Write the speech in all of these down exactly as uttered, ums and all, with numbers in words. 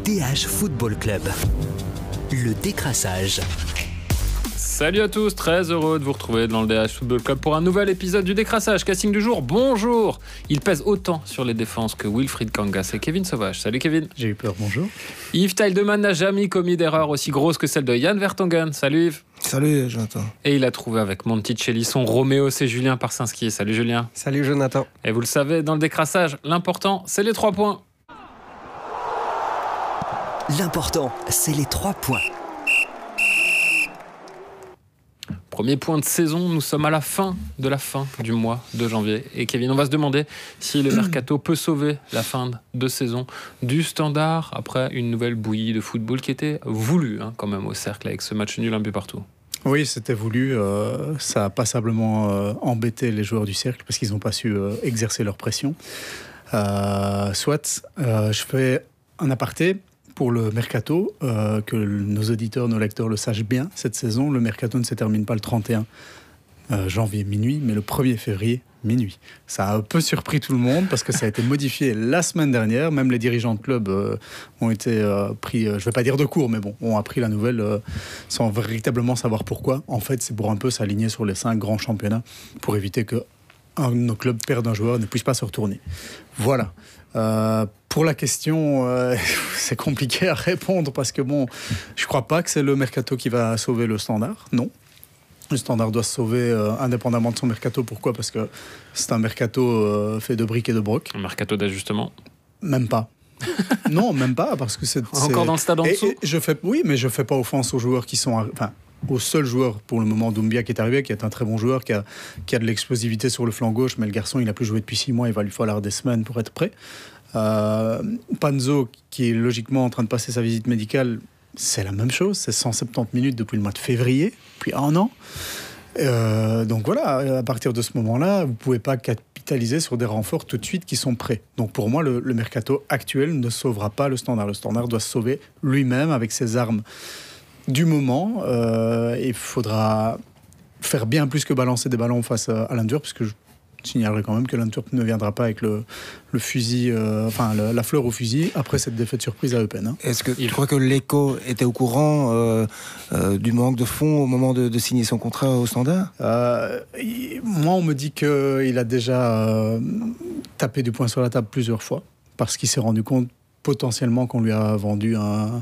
D H Football Club. Le décrassage. Salut à tous, très heureux de vous retrouver dans le D H Football Club pour un nouvel épisode du décrassage. Casting du jour, bonjour. Il pèse autant sur les défenses que Wilfried Kangas et Kevin Sauvage. Salut Kevin. J'ai eu peur, bonjour. Yves Teildemann n'a jamais commis d'erreur aussi grosse que celle de Jan Vertonghen. Salut Yves. Salut Jonathan. Et il a trouvé avec Monticelli son Roméo, c'est Julien Parsinski. Salut Julien. Salut Jonathan. Et vous le savez, dans le décrassage, l'important, c'est les trois points. L'important, c'est les trois points. Premier point de saison, nous sommes à la fin de la fin du mois de janvier. Et Kevin, on va se demander si le mercato peut sauver la fin de saison du Standard après une nouvelle bouillie de football qui était voulue hein, quand même au Cercle avec ce match nul un but partout. Oui, c'était voulu. Euh, ça a passablement euh, embêté les joueurs du Cercle parce qu'ils n'ont pas su euh, exercer leur pression. Euh, soit, euh, je fais un aparté. Pour le mercato, euh, que nos auditeurs, nos lecteurs le sachent bien, cette saison, le mercato ne se termine pas le trente et un janvier minuit, mais le premier février minuit. Ça a un peu surpris tout le monde parce que ça a été modifié la semaine dernière. Même les dirigeants de club euh, ont été euh, pris, euh, je ne vais pas dire de court, mais bon, ont appris la nouvelle euh, sans véritablement savoir pourquoi. En fait, c'est pour un peu s'aligner sur les cinq grands championnats pour éviter que un de nos clubs perde un joueur, ne puisse pas se retourner. Voilà. Euh, pour la question, euh, c'est compliqué à répondre parce que bon, je ne crois pas que c'est le mercato qui va sauver le Standard. Non. Le Standard doit se sauver euh, indépendamment de son mercato. Pourquoi ? Parce que c'est un mercato euh, fait de briques et de brocs. Un mercato d'ajustement ? Même pas. Non, même pas, parce que c'est... Encore c'est... dans le stade en et, dessous et je fais, Oui, mais je ne fais pas offense aux joueurs qui sont... Enfin, au seul joueur pour le moment, Doumbia, qui est arrivé, qui est un très bon joueur, qui a, qui a de l'explosivité sur le flanc gauche, mais le garçon, il n'a plus joué depuis six mois, il va lui falloir des semaines pour être prêt. Euh, Panzo, qui est logiquement en train de passer sa visite médicale, c'est la même chose, c'est cent soixante-dix minutes depuis le mois de février, depuis un an. Euh, donc voilà, à partir de ce moment-là, vous ne pouvez pas capitaliser sur des renforts tout de suite qui sont prêts. Donc pour moi, le, le mercato actuel ne sauvera pas le Standard. Le Standard doit se sauver lui-même avec ses armes du moment. Euh, il faudra faire bien plus que balancer des ballons face à, à l'Antwerp, parce que je signalerai quand même que l'Antwerp ne viendra pas avec le, le fusil, euh, enfin le, la fleur au fusil après cette défaite surprise à Eupen. Hein. Est-ce que tu crois que l'Echo était au courant euh, euh, du manque de fonds au moment de, de signer son contrat au Standard ? euh, il, Moi, on me dit qu'il a déjà euh, tapé du poing sur la table plusieurs fois parce qu'il s'est rendu compte potentiellement qu'on lui a vendu un...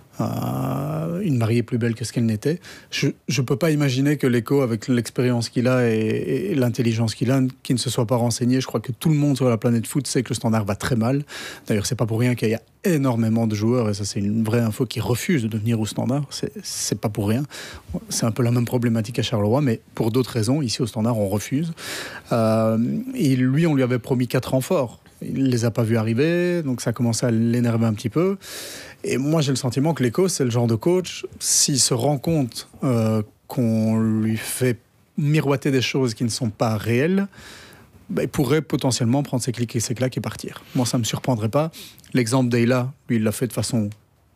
une mariée plus belle que ce qu'elle n'était. Je ne peux pas imaginer que l'Echo, avec l'expérience qu'il a et, et l'intelligence qu'il a, qui ne se soit pas renseigné. Je crois que tout le monde sur la planète foot sait que le Standard va très mal. D'ailleurs, c'est pas pour rien qu'il y a énormément de joueurs, et ça c'est une vraie info, qui refusent de venir au Standard. C'est, c'est pas pour rien. C'est un peu la même problématique à Charleroi, mais pour d'autres raisons. Ici au Standard, on refuse. Euh, et lui, on lui avait promis quatre renforts. Il ne les a pas vus arriver, donc ça a commencé à l'énerver un petit peu. Et moi, j'ai le sentiment que l'Echo, c'est le genre de coach, s'il se rend compte euh, qu'on lui fait miroiter des choses qui ne sont pas réelles, bah, il pourrait potentiellement prendre ses clics et ses claques et partir. Moi, ça ne me surprendrait pas. L'exemple d'Eyla, lui, il l'a fait de façon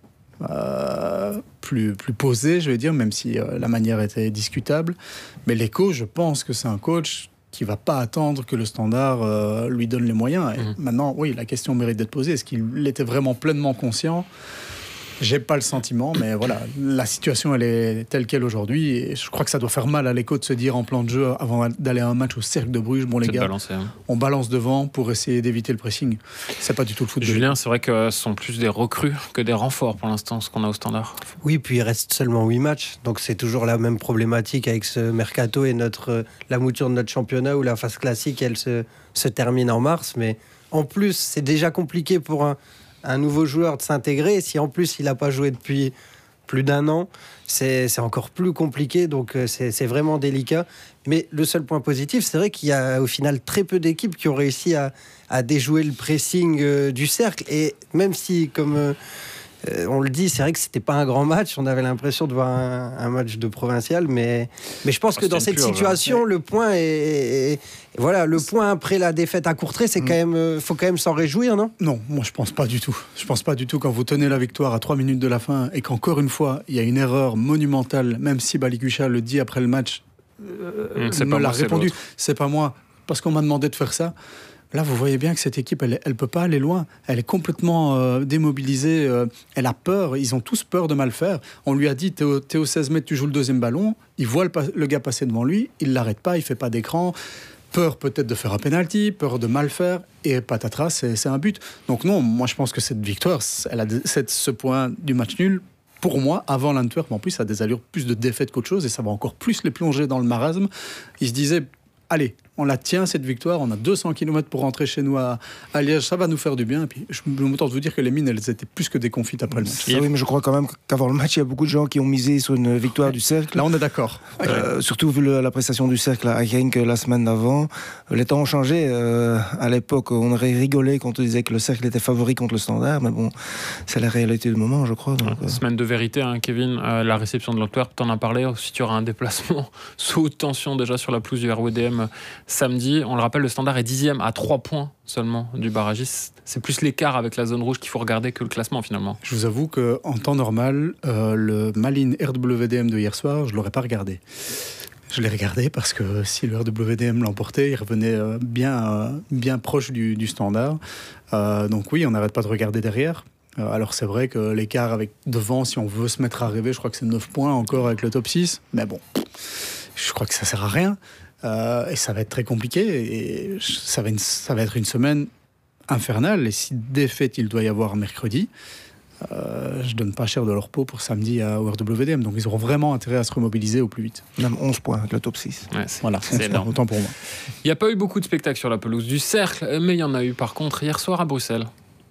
euh, plus, plus posée, je vais dire, même si euh, la manière était discutable. Mais l'Echo, je pense que c'est un coach qui ne va pas attendre que le Standard euh, lui donne les moyens. Et mmh. Maintenant, oui, la question mérite d'être posée. Est-ce qu'il était vraiment pleinement conscient ? J'ai pas le sentiment, mais voilà, la situation, elle est telle qu'elle aujourd'hui. Et je crois que ça doit faire mal à l'Echo de se dire en plan de jeu, avant d'aller à un match au Cercle de Bruges, bon les gars, balancer, hein. On balance devant pour essayer d'éviter le pressing. C'est pas du tout le foot. Julien, c'est vrai que ce sont plus des recrues que des renforts pour l'instant, ce qu'on a au Standard. Oui, puis il reste seulement huit matchs, donc c'est toujours la même problématique avec ce mercato et notre, la mouture de notre championnat où la phase classique, elle se, se termine en mars. Mais en plus, c'est déjà compliqué pour un un nouveau joueur de s'intégrer. Si en plus il n'a pas joué depuis plus d'un an, c'est, c'est encore plus compliqué, donc c'est, c'est vraiment délicat. Mais le seul point positif, c'est vrai qu'il y a au final très peu d'équipes qui ont réussi à, à déjouer le pressing euh, du Cercle. Et même si, comme euh, on le dit, c'est vrai que c'était pas un grand match, on avait l'impression de voir un, un match de provincial, mais, mais je pense oh, que dans cette situation, ouais. le point est, est, est voilà, le point après la défaite à Courtrai, c'est mmh. quand même, euh, faut quand même s'en réjouir, non ? Non, moi je pense pas du tout. Je pense pas du tout quand vous tenez la victoire à trois minutes de la fin et qu'encore une fois il y a une erreur monumentale, même si Balikucha le dit après le match, euh, mmh, c'est me l'a moi, répondu. C'est, c'est pas moi, parce qu'on m'a demandé de faire ça. Là, vous voyez bien que cette équipe, elle ne peut pas aller loin. Elle est complètement euh, démobilisée. Euh, elle a peur. Ils ont tous peur de mal faire. On lui a dit, t'es au, t'es au seize mètres, tu joues le deuxième ballon. Il voit le, le gars passer devant lui. Il ne l'arrête pas, il ne fait pas d'écran. Peur peut-être de faire un penalty, peur de mal faire. Et patatras, c'est, c'est un but. Donc non, moi, je pense que cette victoire, elle a cette, ce point du match nul. Pour moi, avant l'Antwerp, en plus, ça a des allures plus de défaite qu'autre chose. Et ça va encore plus les plonger dans le marasme. Ils se disaient... Allez, on la tient cette victoire, on a deux cents kilomètres pour rentrer chez nous à, à Liège, ça va nous faire du bien. Et puis, je me tente de vous dire que les mines, elles étaient plus que déconfites après le match. Ah oui, mais je crois quand même qu'avant le match, il y a beaucoup de gens qui ont misé sur une victoire du Cercle. Là, on est d'accord. Euh, surtout vu le, la prestation du Cercle à Genk la semaine d'avant. Les temps ont changé. Euh, à l'époque, on aurait rigolé quand on disait que le Cercle était favori contre le Standard, mais bon, c'est la réalité du moment, je crois. Donc, ouais, euh... Semaine de vérité, hein, Kevin. Euh, la réception de l'Antwerp, t'en as parlé. Si tu auras un déplacement sous haute tension déjà sur la pelouse du R W D M samedi. On le rappelle, le Standard est dixième à trois points seulement du barragiste. C'est plus l'écart avec la zone rouge qu'il faut regarder que le classement finalement. Je vous avoue qu'en temps normal, euh, le Malines R W D M de hier soir, je ne l'aurais pas regardé. Je l'ai regardé parce que si le R W D M l'emportait, il revenait euh, bien, euh, bien proche du, du Standard. Euh, donc oui, on n'arrête pas de regarder derrière. Euh, alors c'est vrai que l'écart avec devant, si on veut se mettre à rêver, je crois que c'est neuf points encore avec le top six. Mais bon, je crois que ça ne sert à rien. Euh, et ça va être très compliqué et ça va, une, ça va être une semaine infernale et si défaite il doit y avoir mercredi, euh, je donne pas cher de leur peau pour samedi à au R W D M, donc ils auront vraiment intérêt à se remobiliser au plus vite. Même onze points avec le top six. Ouais, c'est, voilà, c'est énorme. Autant pour moi. Il n'y a pas eu beaucoup de spectacles sur la pelouse du Cercle, mais il y en a eu par contre hier soir à Bruxelles.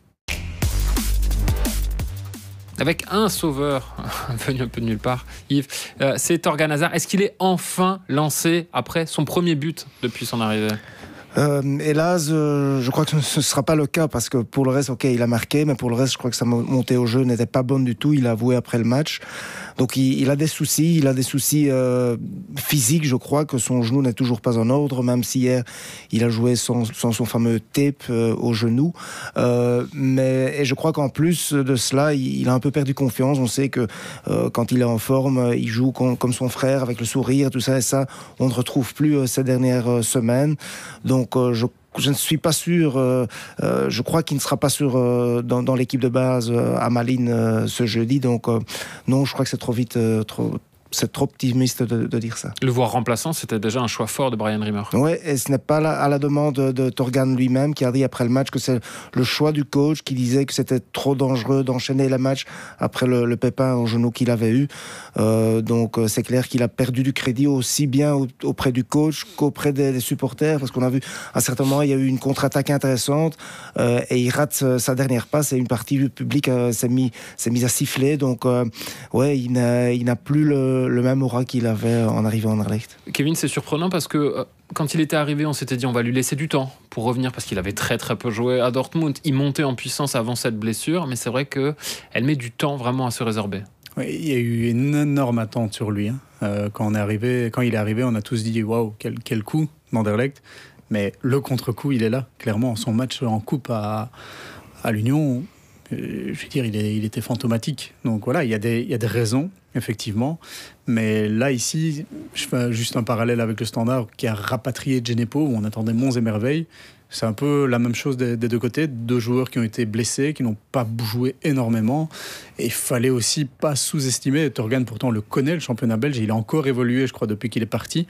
Avec un sauveur venu un peu de nulle part, Yves, euh, c'est Torgan Hazard. Est-ce qu'il est enfin lancé après son premier but depuis son arrivée ? Euh, hélas, euh, je crois que ce ne sera pas le cas parce que pour le reste, ok, il a marqué, mais pour le reste, je crois que sa montée au jeu n'était pas bonne du tout. Il a avoué après le match. Donc il, il a des soucis, il a des soucis euh, physiques, je crois, que son genou n'est toujours pas en ordre, même si hier il a joué sans, sans son fameux tape euh, au genou. Euh, mais et je crois qu'en plus de cela, il, il a un peu perdu confiance. On sait que euh, quand il est en forme, il joue com- comme son frère, avec le sourire, tout ça et ça, on ne retrouve plus euh, ces dernières euh, semaines. Donc euh, je Je ne suis pas sûr, euh, euh, je crois qu'il ne sera pas sûr euh, dans, dans l'équipe de base euh, à Malines euh, ce jeudi. Donc euh, non, je crois que c'est trop vite, euh, trop, c'est trop optimiste de, de dire ça. Le voir remplaçant, c'était déjà un choix fort de Brian Rimmer. Oui, et ce n'est pas la, à la demande de Torgan lui-même qui a dit après le match que c'est le choix du coach qui disait que c'était trop dangereux d'enchaîner le match après le, le pépin au genou qu'il avait eu. Euh, donc c'est clair qu'il a perdu du crédit aussi bien auprès du coach qu'auprès des, des supporters parce qu'on a vu à certains moments il y a eu une contre-attaque intéressante euh, et il rate sa dernière passe et une partie du public euh, s'est mis s'est mise à siffler. Donc euh, ouais, il n'a, il n'a plus le le même aura qu'il avait en arrivant en Anderlecht. Kevin, c'est surprenant parce que euh, quand il était arrivé, on s'était dit on va lui laisser du temps pour revenir parce qu'il avait très très peu joué à Dortmund. Il montait en puissance avant cette blessure, mais c'est vrai qu'elle met du temps vraiment à se résorber. Oui, il y a eu une énorme attente sur lui. Hein. Euh, quand, on est arrivé, quand il est arrivé, on a tous dit waouh, quel, quel coup d'Anderlecht. Mais le contre-coup, il est là, clairement. Son match en coupe à, à l'Union, euh, je veux dire, il, est, il était fantomatique. Donc voilà, il y a des, il y a des raisons. Effectivement, mais là ici, je fais juste un parallèle avec le Standard qui a rapatrié Djenepo où on attendait monts et merveilles. C'est un peu la même chose des, des deux côtés, deux joueurs qui ont été blessés, qui n'ont pas joué énormément. Et il fallait aussi pas sous-estimer. Torgan pourtant le connaît, le championnat belge, il a encore évolué, je crois, depuis qu'il est parti,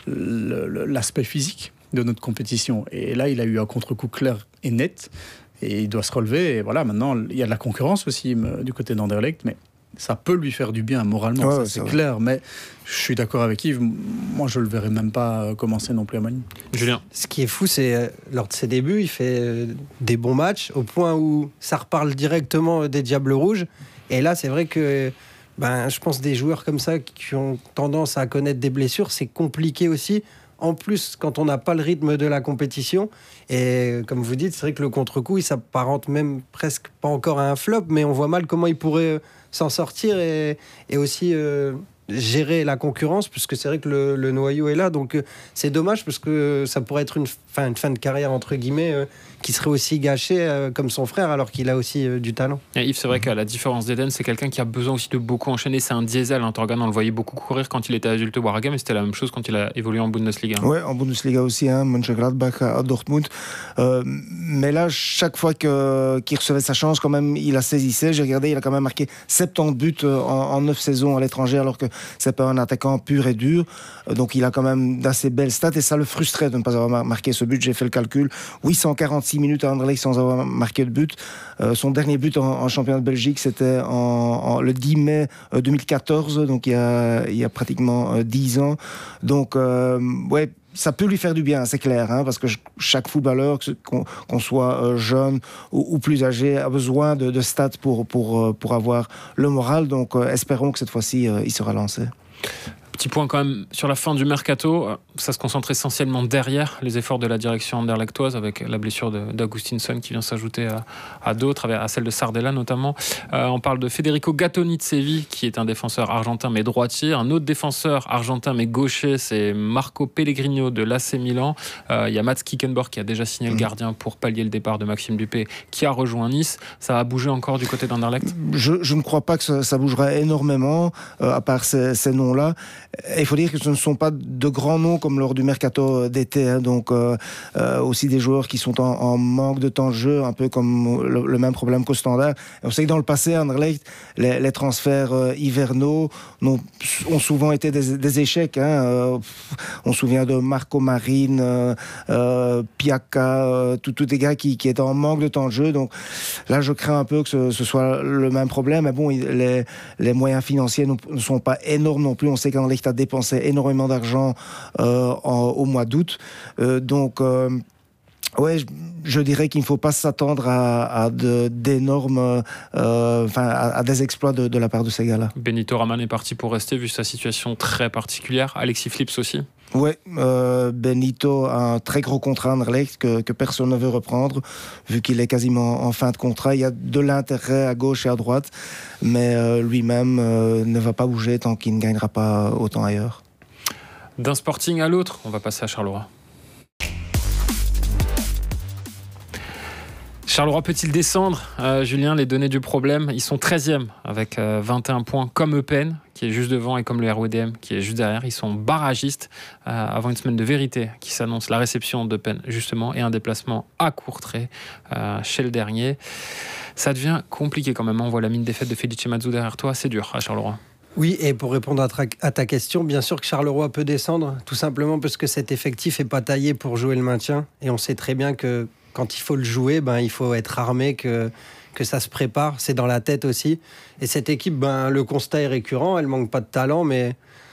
le, le, l'aspect physique de notre compétition. Et là, il a eu un contre-coup clair et net, et il doit se relever. Et voilà, maintenant, il y a de la concurrence aussi du côté d'Anderlecht, mais ça peut lui faire du bien moralement, ouais, ça, c'est, c'est clair. Mais je suis d'accord avec Yves, moi je ne le verrais même pas commencer non plus à Malines. Julien. Ce qui est fou, c'est lors de ses débuts, il fait des bons matchs au point où ça reparle directement des Diables Rouges. Et là, c'est vrai que ben, je pense des joueurs comme ça qui ont tendance à connaître des blessures, c'est compliqué aussi. En plus, quand on n'a pas le rythme de la compétition, et comme vous dites, c'est vrai que le contre-coup, il s'apparente même presque pas encore à un flop, mais on voit mal comment il pourrait s'en sortir et, et aussi euh, gérer la concurrence, puisque c'est vrai que le, le noyau est là. Donc euh, c'est dommage, parce que ça pourrait être une fin, une fin de carrière, entre guillemets, euh, qui serait aussi gâché euh, comme son frère, alors qu'il a aussi euh, du talent. Et Yves, c'est vrai qu'à la différence d'Eden, c'est quelqu'un qui a besoin aussi de beaucoup enchaîner. C'est un diesel. Hein. Torgan, on le voyait beaucoup courir quand il était adulte au Waregem, mais c'était la même chose quand il a évolué en Bundesliga. Oui, en Bundesliga aussi, hein, Mönchengladbach à Dortmund. Euh, mais là, chaque fois que, qu'il recevait sa chance, quand même, il la saisissait. J'ai regardé, il a quand même marqué soixante-dix buts en, en neuf saisons à l'étranger, alors que c'est pas un attaquant pur et dur. Donc il a quand même d'assez belles stats et ça le frustrait de ne pas avoir marqué ce but. J'ai fait le calcul. huit cent quarante-six minutes à Anderlecht sans avoir marqué de but. Euh, son dernier but en, en championnat de Belgique, c'était en, en, le dix mai deux mille quatorze, donc il y a, il y a pratiquement euh, dix ans. Donc, euh, ouais, ça peut lui faire du bien, c'est clair, hein, parce que chaque footballeur, qu'on, qu'on soit euh, jeune ou, ou plus âgé, a besoin de, de stats pour, pour, pour avoir le moral. Donc, euh, espérons que cette fois-ci, euh, il sera lancé. Petit point quand même sur la fin du mercato, ça se concentre essentiellement derrière les efforts de la direction anderlechtoise avec la blessure de, d'Augustinsson qui vient s'ajouter à, à d'autres, à celle de Sardella notamment. Euh, on parle de Federico Gattoni de Séville qui est un défenseur argentin mais droitier. Un autre défenseur argentin mais gaucher, c'est Marco Pellegrino de l'A C Milan. Euh, il y a Mats Kickenborg qui a déjà signé mmh. le gardien pour pallier le départ de Maxime Dupé qui a rejoint Nice. Ça va bouger encore du côté d'Anderlecht ? Je, je ne crois pas que ça, ça bougera énormément euh, à part ces, ces noms-là. Il faut dire que ce ne sont pas de grands noms comme lors du mercato d'été, hein, donc euh, euh, aussi des joueurs qui sont en, en manque de temps de jeu, un peu comme le, le même problème qu'au Standard. Et on sait que dans le passé, à Anderlecht, les, les transferts euh, hivernaux ont, ont souvent été des, des échecs. Hein, euh, on se souvient de Marco Marin, euh, euh, Piaka, euh, tous des gars qui, qui étaient en manque de temps de jeu. Donc là, je crains un peu que ce, ce soit le même problème. Mais bon, les, les moyens financiers ne sont pas énormes non plus. On sait qu'Anderlecht a dépensé énormément d'argent euh, en, au mois d'août. Euh, donc, euh, ouais, je, je dirais qu'il ne faut pas s'attendre à, à de, d'énormes, euh, enfin, à, à des exploits de, de la part de ces gars-là. Benito Raman est parti pour rester, vu sa situation très particulière. Alexis Flips aussi. Oui, euh, Benito a un très gros contrat à Anderlecht que, que personne ne veut reprendre, vu qu'il est quasiment en fin de contrat. Il y a de l'intérêt à gauche et à droite, mais euh, lui-même euh, ne va pas bouger tant qu'il ne gagnera pas autant ailleurs. D'un Sporting à l'autre, on va passer à Charleroi. Charleroi peut-il descendre ? euh, Julien, les données du problème, ils sont treizième avec euh, vingt et un points, comme Eupen qui est juste devant et comme le R O D M qui est juste derrière. Ils sont barragistes euh, avant une semaine de vérité qui s'annonce, la réception d'Eupen justement et un déplacement à Courtrai euh, chez le dernier. Ça devient compliqué quand même. On voit la mine défaite de Felice Mazou derrière toi, c'est dur à Charleroi. Oui, et pour répondre à, tra- à ta question, bien sûr que Charleroi peut descendre, tout simplement parce que cet effectif n'est pas taillé pour jouer le maintien. Et on sait très bien que quand il faut le jouer, ben, il faut être armé, que, que ça se prépare. C'est dans la tête aussi. Et cette équipe, ben, le constat est récurrent. Elle ne manque pas de talent, mais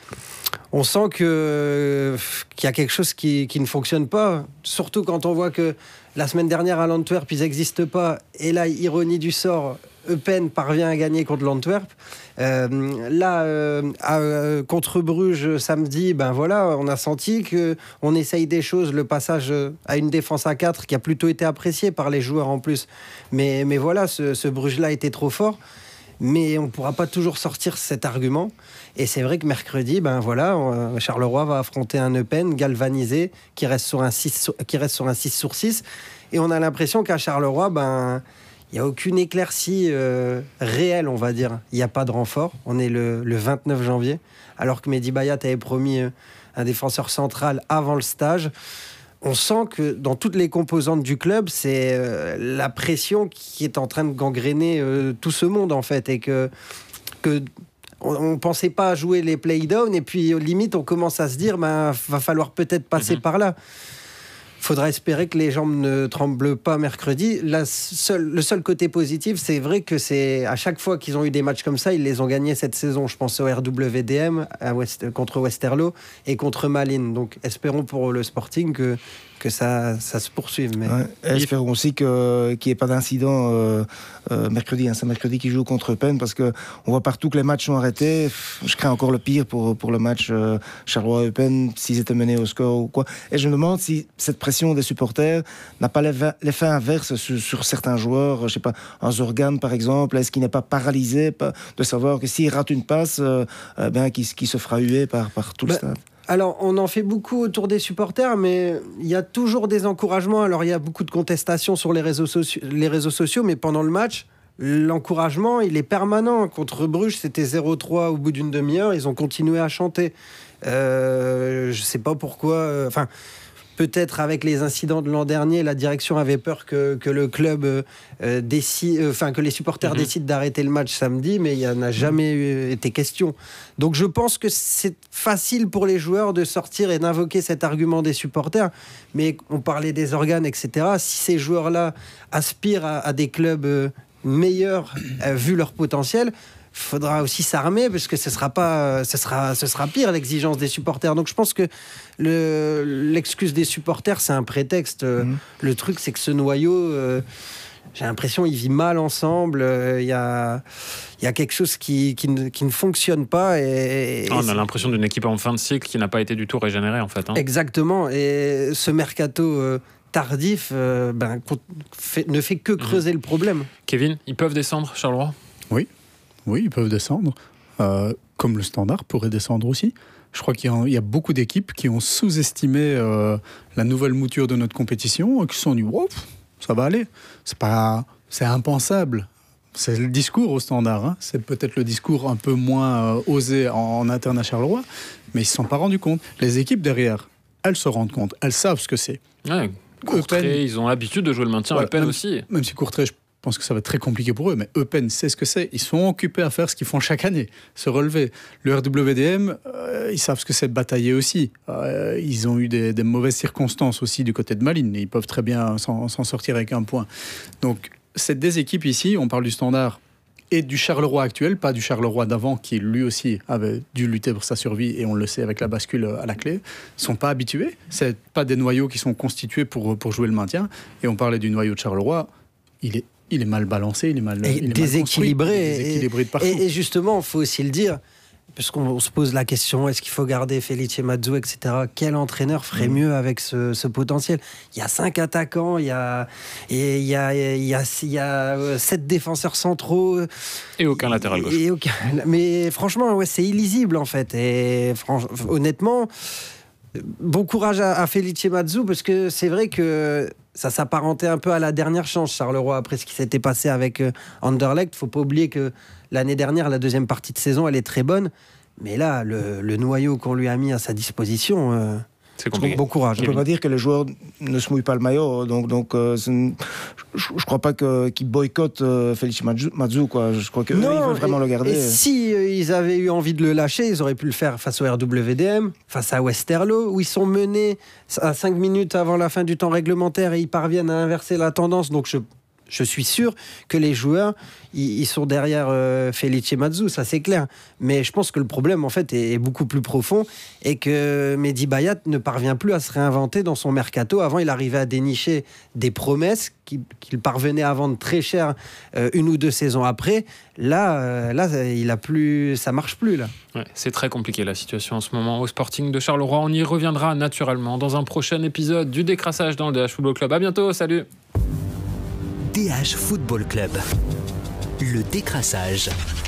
on sent que, qu'il y a quelque chose qui, qui ne fonctionne pas. Surtout quand on voit que la semaine dernière à l'Antwerp, ils n'existent pas. Et là, ironie du sort, Eupen parvient à gagner contre l'Antwerp. Euh, là, euh, à, euh, contre Bruges samedi, ben voilà, on a senti qu'on essaye des choses. Le passage à une défense à quatre qui a plutôt été apprécié par les joueurs en plus. Mais, mais voilà, ce, ce Bruges-là était trop fort. Mais on ne pourra pas toujours sortir cet argument. Et c'est vrai que mercredi, ben voilà, on, Charleroi va affronter un Eupen galvanisé qui reste sur un six, qui reste sur un six sur six. Et on a l'impression qu'à Charleroi, ben il n'y a aucune éclaircie euh, réelle, on va dire. Il n'y a pas de renfort. On est le, le vingt-neuf janvier, alors que Mehdi Bayat avait promis euh, un défenseur central avant le stage. On sent que dans toutes les composantes du club, c'est euh, la pression qui est en train de gangréner euh, tout ce monde, en fait. Et que, que on ne pensait pas jouer les play-down, et puis limite, on commence à se dire, ben, va falloir peut-être passer mmh. par là. Faudra espérer que les jambes ne tremblent pas mercredi. La seule, le seul côté positif, c'est vrai que c'est à chaque fois qu'ils ont eu des matchs comme ça, ils les ont gagnés cette saison. Je pense au R W D M à West, contre Westerlo et contre Malines. Donc espérons pour le Sporting que, que ça, ça se poursuive. Mais... Ouais, espérons aussi que, qu'il n'y ait pas d'incident euh, euh, mercredi. Hein, c'est mercredi qu'ils jouent contre Eupen parce qu'on voit partout que les matchs sont arrêtés. Je crains encore le pire pour, pour le match euh, Charleroi-Eupen s'ils étaient menés au score ou quoi. Et je me demande si cette pression des supporters n'a pas l'effet inverse sur, sur certains joueurs. Je ne sais pas, un Zorgan par exemple, est-ce qu'il n'est pas paralysé de savoir que s'il rate une passe, euh, eh bien, qu'il, qu'il se fera huer par, par tout le bah, stade? Alors, on en fait beaucoup autour des supporters, mais il y a toujours des encouragements. Alors, il y a beaucoup de contestations sur les réseaux sociaux, les réseaux sociaux, mais pendant le match, l'encouragement, il est permanent. Contre Bruges, c'était zéro trois au bout d'une demi-heure. Ils ont continué à chanter. Euh, je ne sais pas pourquoi... Enfin... Euh, Peut-être avec les incidents de l'an dernier, la direction avait peur que, que le club euh, décide, euh, enfin que les supporters mmh. décident d'arrêter le match samedi, mais il n'y en a jamais eu, été question. Donc je pense que c'est facile pour les joueurs de sortir et d'invoquer cet argument des supporters. Mais on parlait des organes, et cetera. Si ces joueurs-là aspirent à, à des clubs euh, meilleurs, euh, vu leur potentiel, il faudra aussi s'armer parce que ce sera pas, ce sera, ce sera pire l'exigence des supporters. Donc je pense que le, l'excuse des supporters c'est un prétexte. Mmh. Le truc c'est que ce noyau, euh, j'ai l'impression il vit mal ensemble. Il euh, y a, il y a quelque chose qui, qui, ne, qui ne fonctionne pas. Et, et oh, on a l'impression d'une équipe en fin de cycle qui n'a pas été du tout régénérée en fait. Hein. Exactement. Et ce mercato euh, tardif euh, ben, fait, ne fait que creuser mmh. le problème. Kevin, ils peuvent descendre, Charleroi ? Oui. Oui, ils peuvent descendre, euh, comme le Standard pourrait descendre aussi. Je crois qu'il y a, il y a beaucoup d'équipes qui ont sous-estimé euh, la nouvelle mouture de notre compétition et qui se sont dit wow, ça va aller. C'est pas, c'est impensable. C'est le discours au Standard. Hein. C'est peut-être le discours un peu moins euh, osé en, en interne à Charleroi, mais ils ne se sont pas rendus compte. Les équipes derrière, elles se rendent compte, elles savent ce que c'est. Ouais, Courtrai, ils ont l'habitude de jouer le maintien. Ouais, Eupen aussi. Même si Courtrai, je Je pense que ça va être très compliqué pour eux, mais Eupen sait ce que c'est. Ils sont occupés à faire ce qu'ils font chaque année, se relever. Le R W D M, euh, ils savent ce que c'est de batailler aussi. Euh, ils ont eu des, des mauvaises circonstances aussi du côté de Malines. Ils peuvent très bien s'en, s'en sortir avec un point. Donc, c'est des équipes ici, on parle du Standard et du Charleroi actuel, pas du Charleroi d'avant qui lui aussi avait dû lutter pour sa survie et on le sait avec la bascule à la clé, ne sont pas habitués. C'est pas des noyaux qui sont constitués pour, pour jouer le maintien. Et on parlait du noyau de Charleroi, il est Il est mal balancé, il est mal, et il est déséquilibré. Mal construit, déséquilibré de partout. Et, et justement, il faut aussi le dire, parce qu'on se pose la question, est-ce qu'il faut garder Felice Mazzu, et cetera. Quel entraîneur ferait mmh. mieux avec ce, ce potentiel ? Il y a cinq attaquants, il y a, et il y a, il y a, il y a sept défenseurs centraux. Et aucun latéral gauche. Et aucun, mais franchement, ouais, c'est illisible en fait. Et honnêtement... Bon courage à, à Felice Mazzu parce que c'est vrai que ça s'apparentait un peu à la dernière chance Charleroi après ce qui s'était passé avec euh, Anderlecht. Faut pas oublier que l'année dernière la deuxième partie de saison elle est très bonne, mais là le, le noyau qu'on lui a mis à sa disposition euh, c'est compliqué. Bon courage. On ne peut pas dire que les joueurs ne se mouillent pas le maillot. Donc, donc euh, je ne crois pas que, qu'ils boycottent euh, Felice Mazzu. Quoi. Je crois qu'ils veulent vraiment et, le garder. Et si euh, ils avaient eu envie de le lâcher, ils auraient pu le faire face au R W D M, face à Westerlo, où ils sont menés à cinq minutes avant la fin du temps réglementaire et ils parviennent à inverser la tendance. Donc je... Je suis sûr que les joueurs, ils, ils sont derrière euh, Felice Mazzu, ça c'est clair. Mais je pense que le problème, en fait, est, est beaucoup plus profond et que Mehdi Bayat ne parvient plus à se réinventer dans son mercato. Avant, il arrivait à dénicher des promesses qu'il, qu'il parvenait à vendre très cher euh, une ou deux saisons après. Là, euh, là, il a plus, ça marche plus là. Ouais, c'est très compliqué la situation en ce moment au Sporting de Charleroi. On y reviendra naturellement dans un prochain épisode du Décrassage dans le D H Football Club. À bientôt, salut. D H Football Club. Le décrassage.